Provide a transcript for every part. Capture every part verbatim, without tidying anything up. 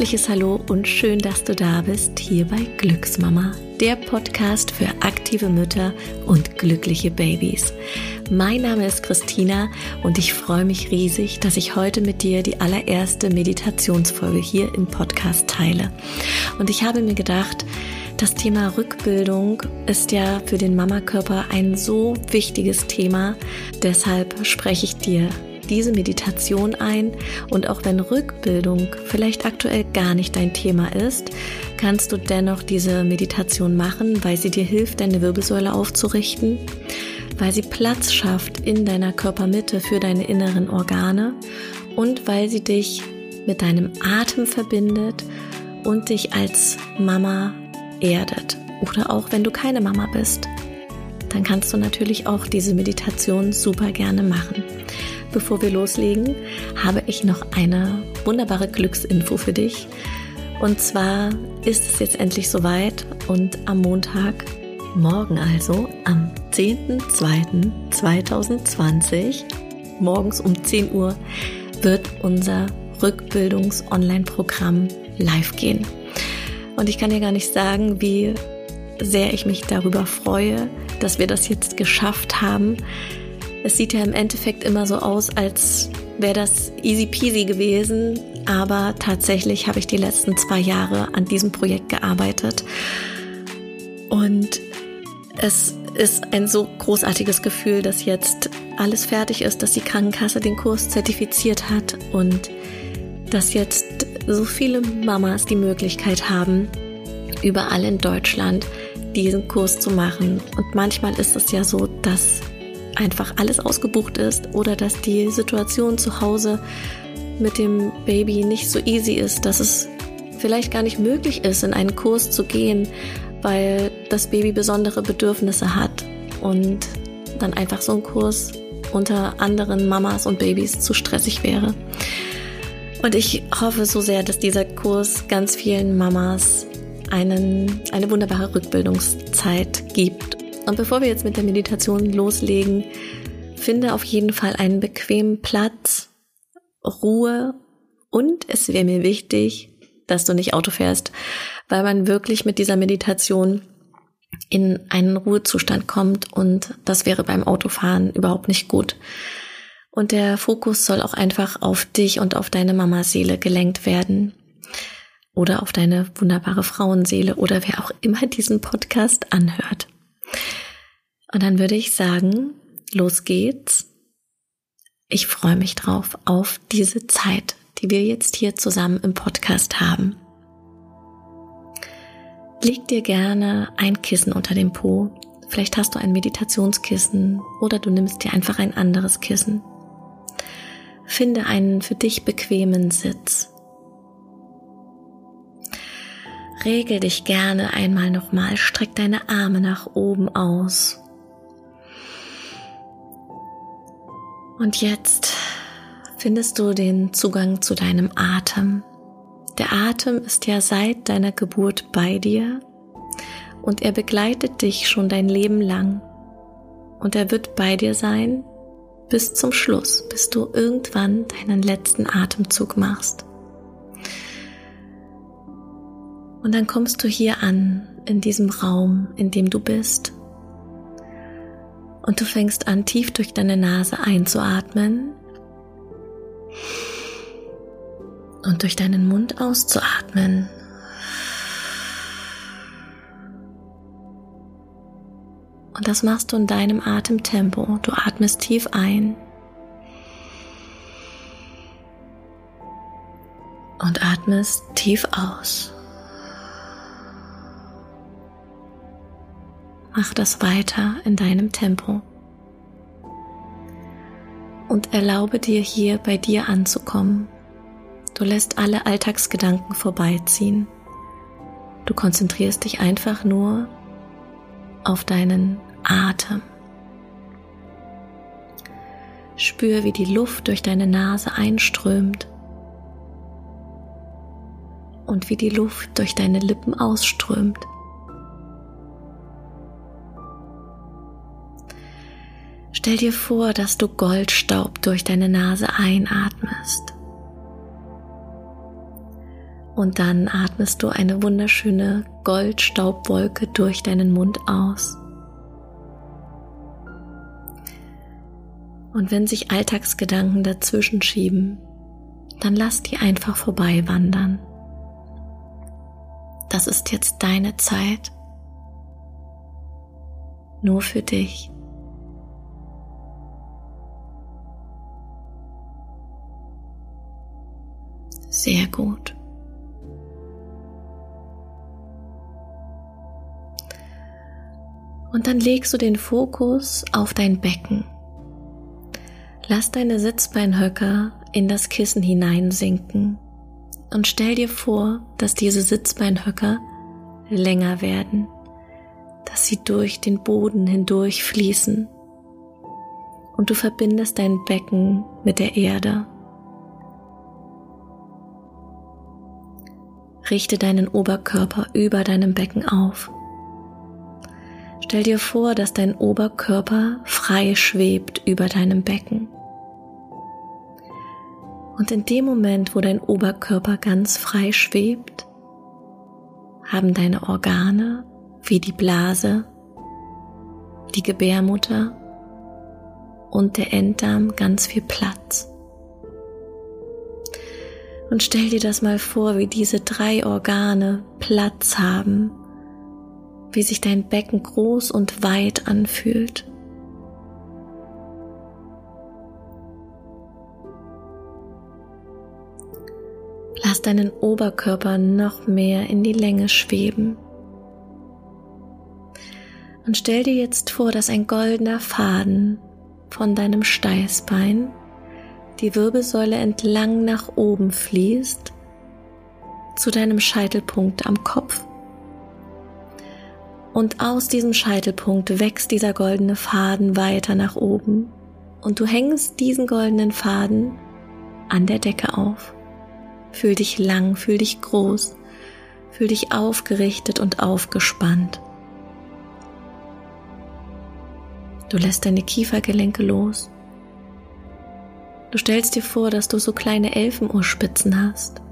herzliches Hallo und schön, dass du da bist, hier bei Glücksmama, der Podcast für aktive Mütter und glückliche Babys. Mein Name ist Christina und ich freue mich riesig, dass ich heute mit dir die allererste Meditationsfolge hier im Podcast teile. Und ich habe mir gedacht, das Thema Rückbildung ist ja für den Mamakörper ein so wichtiges Thema, deshalb spreche ich dir diese Meditation ein, und auch wenn Rückbildung vielleicht aktuell gar nicht dein Thema ist, kannst du dennoch diese Meditation machen, weil sie dir hilft, deine Wirbelsäule aufzurichten, weil sie Platz schafft in deiner Körpermitte für deine inneren Organe und weil sie dich mit deinem Atem verbindet und dich als Mama erdet. Oder auch wenn du keine Mama bist, dann kannst du natürlich auch diese Meditation super gerne machen. Bevor wir loslegen, habe ich noch eine wunderbare Glücksinfo für dich. Und zwar ist es jetzt endlich soweit und am Montag, morgen also, am zehnten zweiten zweitausendzwanzig, morgens um zehn Uhr, wird unser Rückbildungs-Online-Programm live gehen. Und ich kann dir gar nicht sagen, wie sehr ich mich darüber freue, dass wir das jetzt geschafft haben. Es sieht ja im Endeffekt immer so aus, als wäre das easy peasy gewesen, aber tatsächlich habe ich die letzten zwei Jahre an diesem Projekt gearbeitet und es ist ein so großartiges Gefühl, dass jetzt alles fertig ist, dass die Krankenkasse den Kurs zertifiziert hat und dass jetzt so viele Mamas die Möglichkeit haben, überall in Deutschland diesen Kurs zu machen. Und manchmal ist es ja so, dass einfach alles ausgebucht ist oder dass die Situation zu Hause mit dem Baby nicht so easy ist, dass es vielleicht gar nicht möglich ist, in einen Kurs zu gehen, weil das Baby besondere Bedürfnisse hat und dann einfach so ein Kurs unter anderen Mamas und Babys zu stressig wäre. Und ich hoffe so sehr, dass dieser Kurs ganz vielen Mamas einen, eine wunderbare Rückbildungszeit gibt. Und bevor wir jetzt mit der Meditation loslegen, finde auf jeden Fall einen bequemen Platz, Ruhe, und es wäre mir wichtig, dass du nicht Auto fährst, weil man wirklich mit dieser Meditation in einen Ruhezustand kommt und das wäre beim Autofahren überhaupt nicht gut. Und der Fokus soll auch einfach auf dich und auf deine Mamaseele gelenkt werden oder auf deine wunderbare Frauenseele oder wer auch immer diesen Podcast anhört. Und dann würde ich sagen, los geht's. Ich freue mich drauf, auf diese Zeit, die wir jetzt hier zusammen im Podcast haben. Leg dir gerne ein Kissen unter dem Po. Vielleicht hast du ein Meditationskissen oder du nimmst dir einfach ein anderes Kissen. Finde einen für dich bequemen Sitz. Regel dich gerne einmal nochmal, streck deine Arme nach oben aus. Und jetzt findest du den Zugang zu deinem Atem. Der Atem ist ja seit deiner Geburt bei dir und er begleitet dich schon dein Leben lang. Und er wird bei dir sein bis zum Schluss, bis du irgendwann deinen letzten Atemzug machst. Und dann kommst du hier an, in diesem Raum, in dem du bist. Und du fängst an, tief durch deine Nase einzuatmen und durch deinen Mund auszuatmen. Und das machst du in deinem Atemtempo. Du atmest tief ein und atmest tief aus. Mach das weiter in deinem Tempo und erlaube dir hier bei dir anzukommen. Du lässt alle Alltagsgedanken vorbeiziehen. Du konzentrierst dich einfach nur auf deinen Atem. Spür, wie die Luft durch deine Nase einströmt und wie die Luft durch deine Lippen ausströmt. Stell dir vor, dass du Goldstaub durch deine Nase einatmest Und dann atmest du eine wunderschöne Goldstaubwolke durch deinen Mund aus. Und wenn sich Alltagsgedanken dazwischen schieben, dann lass die einfach vorbei wandern. Das ist jetzt deine Zeit. Nur für dich. Sehr gut. Und dann legst du den Fokus auf dein Becken. Lass deine Sitzbeinhöcker in das Kissen hineinsinken und stell dir vor, dass diese Sitzbeinhöcker länger werden, dass sie durch den Boden hindurch fließen und du verbindest dein Becken mit der Erde. Richte deinen Oberkörper über deinem Becken auf. Stell dir vor, dass dein Oberkörper frei schwebt über deinem Becken. Und in dem Moment, wo dein Oberkörper ganz frei schwebt, haben deine Organe wie die Blase, die Gebärmutter und der Enddarm ganz viel Platz. Und stell dir das mal vor, wie diese drei Organe Platz haben, wie sich dein Becken groß und weit anfühlt. Lass deinen Oberkörper noch mehr in die Länge schweben. Und stell dir jetzt vor, dass ein goldener Faden von deinem Steißbein die Wirbelsäule entlang nach oben fließt, zu deinem Scheitelpunkt am Kopf. Und aus diesem Scheitelpunkt wächst dieser goldene Faden weiter nach oben und du hängst diesen goldenen Faden an der Decke auf. Fühl dich lang, fühl dich groß, fühl dich aufgerichtet und aufgespannt. Du lässt deine Kiefergelenke los. Du stellst dir vor, dass du so kleine Elfenohrspitzen hast.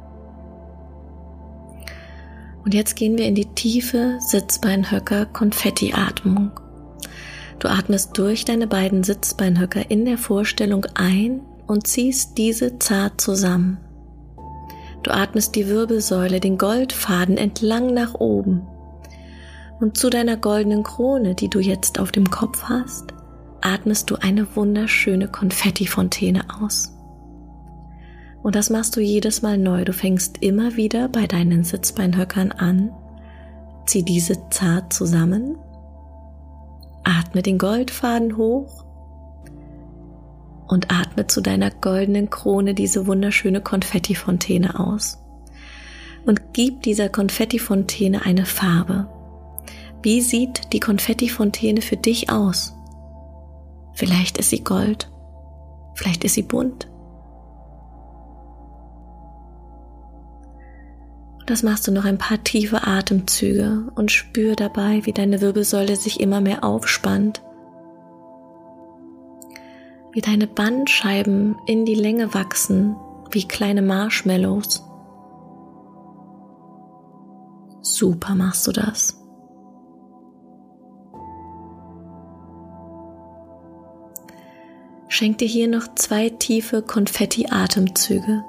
Und jetzt gehen wir in die tiefe Sitzbeinhöcker-Konfetti-Atmung. Du atmest durch deine beiden Sitzbeinhöcker in der Vorstellung ein und ziehst diese zart zusammen. Du atmest die Wirbelsäule, den Goldfaden entlang nach oben. Und zu deiner goldenen Krone, die du jetzt auf dem Kopf hast, atmest du eine wunderschöne Konfettifontäne aus. Und das machst du jedes Mal neu. Du fängst immer wieder bei deinen Sitzbeinhöckern an, zieh diese zart zusammen, atme den Goldfaden hoch und atme zu deiner goldenen Krone diese wunderschöne Konfettifontäne aus. Und gib dieser Konfettifontäne eine Farbe. Wie sieht die Konfettifontäne für dich aus? Vielleicht ist sie gold, vielleicht ist sie bunt. Und das machst du noch ein paar tiefe Atemzüge und spür dabei, wie deine Wirbelsäule sich immer mehr aufspannt, wie deine Bandscheiben in die Länge wachsen, wie kleine Marshmallows. Super machst du das. Schenk dir hier noch zwei tiefe Konfetti-Atemzüge.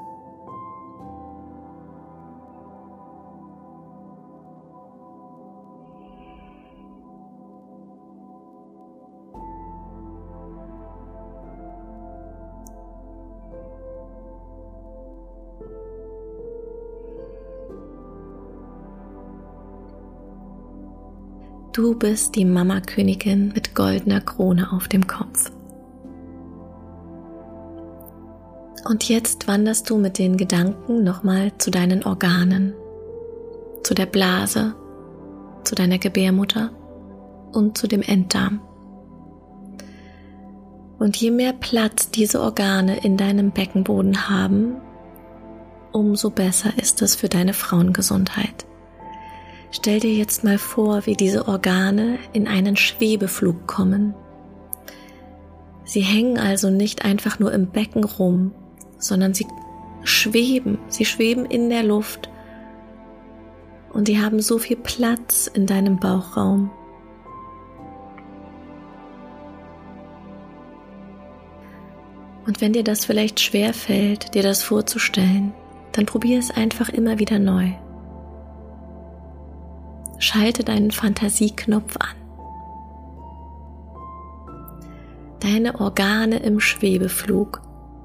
Du bist die Mama-Königin mit goldener Krone auf dem Kopf. Und jetzt wanderst du mit den Gedanken nochmal zu deinen Organen, zu der Blase, zu deiner Gebärmutter und zu dem Enddarm. Und je mehr Platz diese Organe in deinem Beckenboden haben, umso besser ist es für deine Frauengesundheit. Stell dir jetzt mal vor, wie diese Organe in einen Schwebeflug kommen. Sie hängen also nicht einfach nur im Becken rum, sondern sie schweben, sie schweben in der Luft Und die haben so viel Platz in deinem Bauchraum. Und wenn dir das vielleicht schwer fällt, dir das vorzustellen, dann probier es einfach immer wieder neu. Schalte deinen Fantasieknopf an. Deine Organe im Schwebeflug.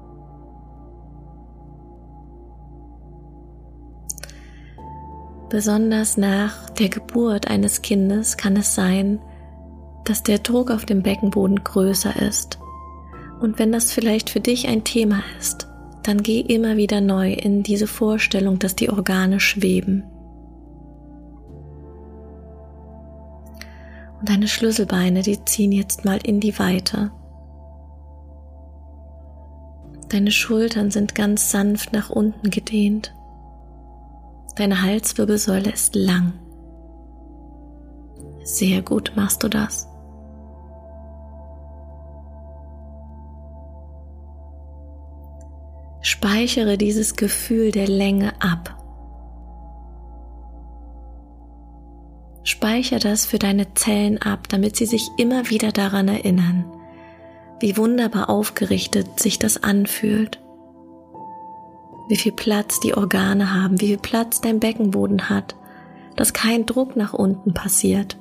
Besonders nach der Geburt eines Kindes kann es sein, dass der Druck auf dem Beckenboden größer ist. Und wenn das vielleicht für dich ein Thema ist, dann geh immer wieder neu in diese Vorstellung, dass die Organe schweben. Und deine Schlüsselbeine, die ziehen jetzt mal in die Weite. Deine Schultern sind ganz sanft nach unten gedehnt. Deine Halswirbelsäule ist lang. Sehr gut machst du das. Speichere dieses Gefühl der Länge ab. Speichere das für deine Zellen ab, damit sie sich immer wieder daran erinnern, wie wunderbar aufgerichtet sich das anfühlt, wie viel Platz die Organe haben, wie viel Platz dein Beckenboden hat, dass kein Druck nach unten passiert.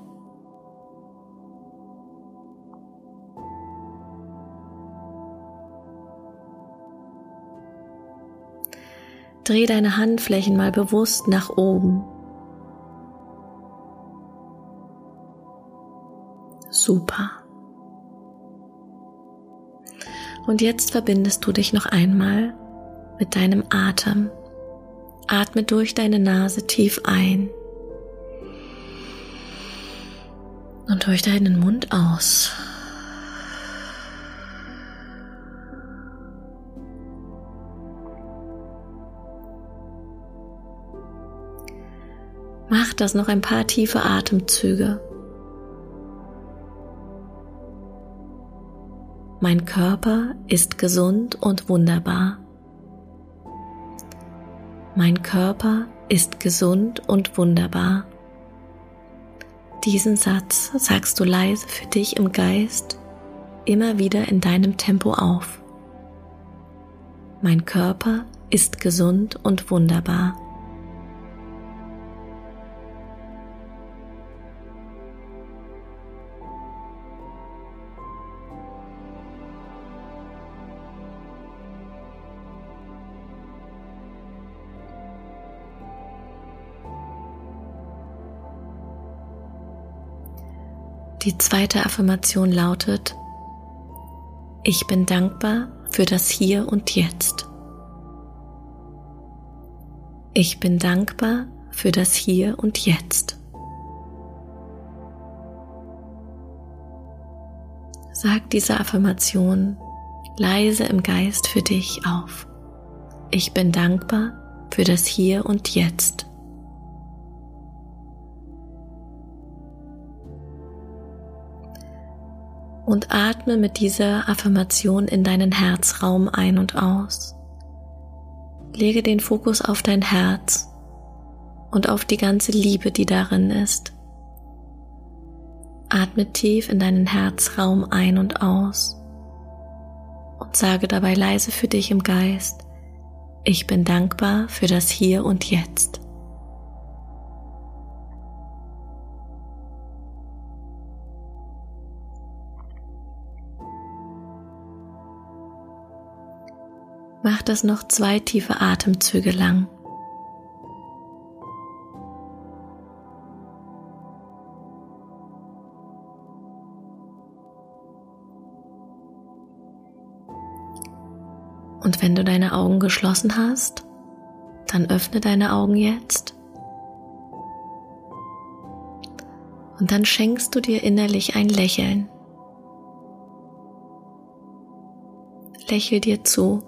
Dreh deine Handflächen mal bewusst nach oben. Super. Und jetzt verbindest du dich noch einmal mit deinem Atem. Atme durch deine Nase tief ein und durch deinen Mund aus. Mach das noch ein paar tiefe Atemzüge. Mein Körper ist gesund und wunderbar. Mein Körper ist gesund und wunderbar. Diesen Satz sagst du leise für dich im Geist immer wieder in deinem Tempo auf. Mein Körper ist gesund und wunderbar. Die zweite Affirmation lautet: Ich bin dankbar für das Hier und Jetzt. Ich bin dankbar für das Hier und Jetzt. Sag diese Affirmation leise im Geist für dich auf. Ich bin dankbar für das Hier und Jetzt. Und atme mit dieser Affirmation in deinen Herzraum ein und aus. Lege den Fokus auf dein Herz und auf die ganze Liebe, die darin ist. Atme tief in deinen Herzraum ein und aus und sage dabei leise für dich im Geist: Ich bin dankbar für das Hier und Jetzt. Mach das noch zwei tiefe Atemzüge lang. Und wenn du deine Augen geschlossen hast, dann öffne deine Augen jetzt. Und dann schenkst du dir innerlich ein Lächeln. Lächel dir zu.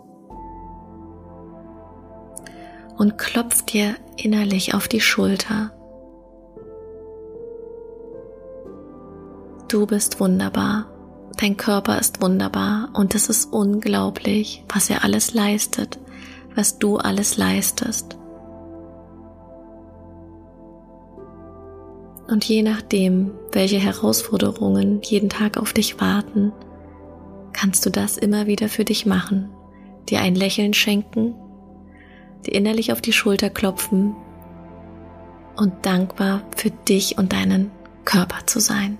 Und klopf dir innerlich auf die Schulter. Du bist wunderbar, dein Körper ist wunderbar und es ist unglaublich, was er alles leistet, was du alles leistest. Und je nachdem, welche Herausforderungen jeden Tag auf dich warten, kannst du das immer wieder für dich machen, dir ein Lächeln schenken, dir innerlich auf die Schulter klopfen und dankbar für dich und deinen Körper zu sein.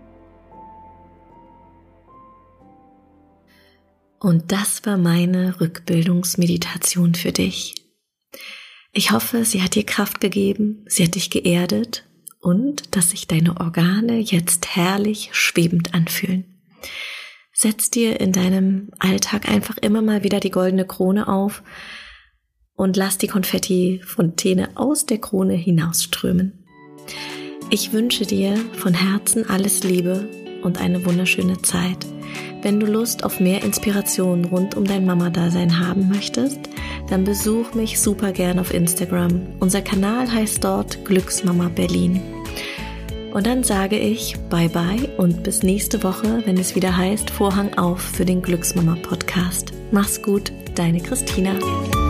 Und das war meine Rückbildungsmeditation für dich. Ich hoffe, sie hat dir Kraft gegeben, sie hat dich geerdet und dass sich deine Organe jetzt herrlich schwebend anfühlen. Setz dir in deinem Alltag einfach immer mal wieder die goldene Krone auf und lass die Konfetti-Fontäne aus der Krone hinausströmen. Ich wünsche dir von Herzen alles Liebe und eine wunderschöne Zeit. Wenn du Lust auf mehr Inspiration rund um dein Mama-Dasein haben möchtest, dann besuch mich super gern auf Instagram. Unser Kanal heißt dort Glücksmama Berlin. Und dann sage ich bye bye und bis nächste Woche, wenn es wieder heißt Vorhang auf für den Glücksmama Podcast. Mach's gut, deine Christina.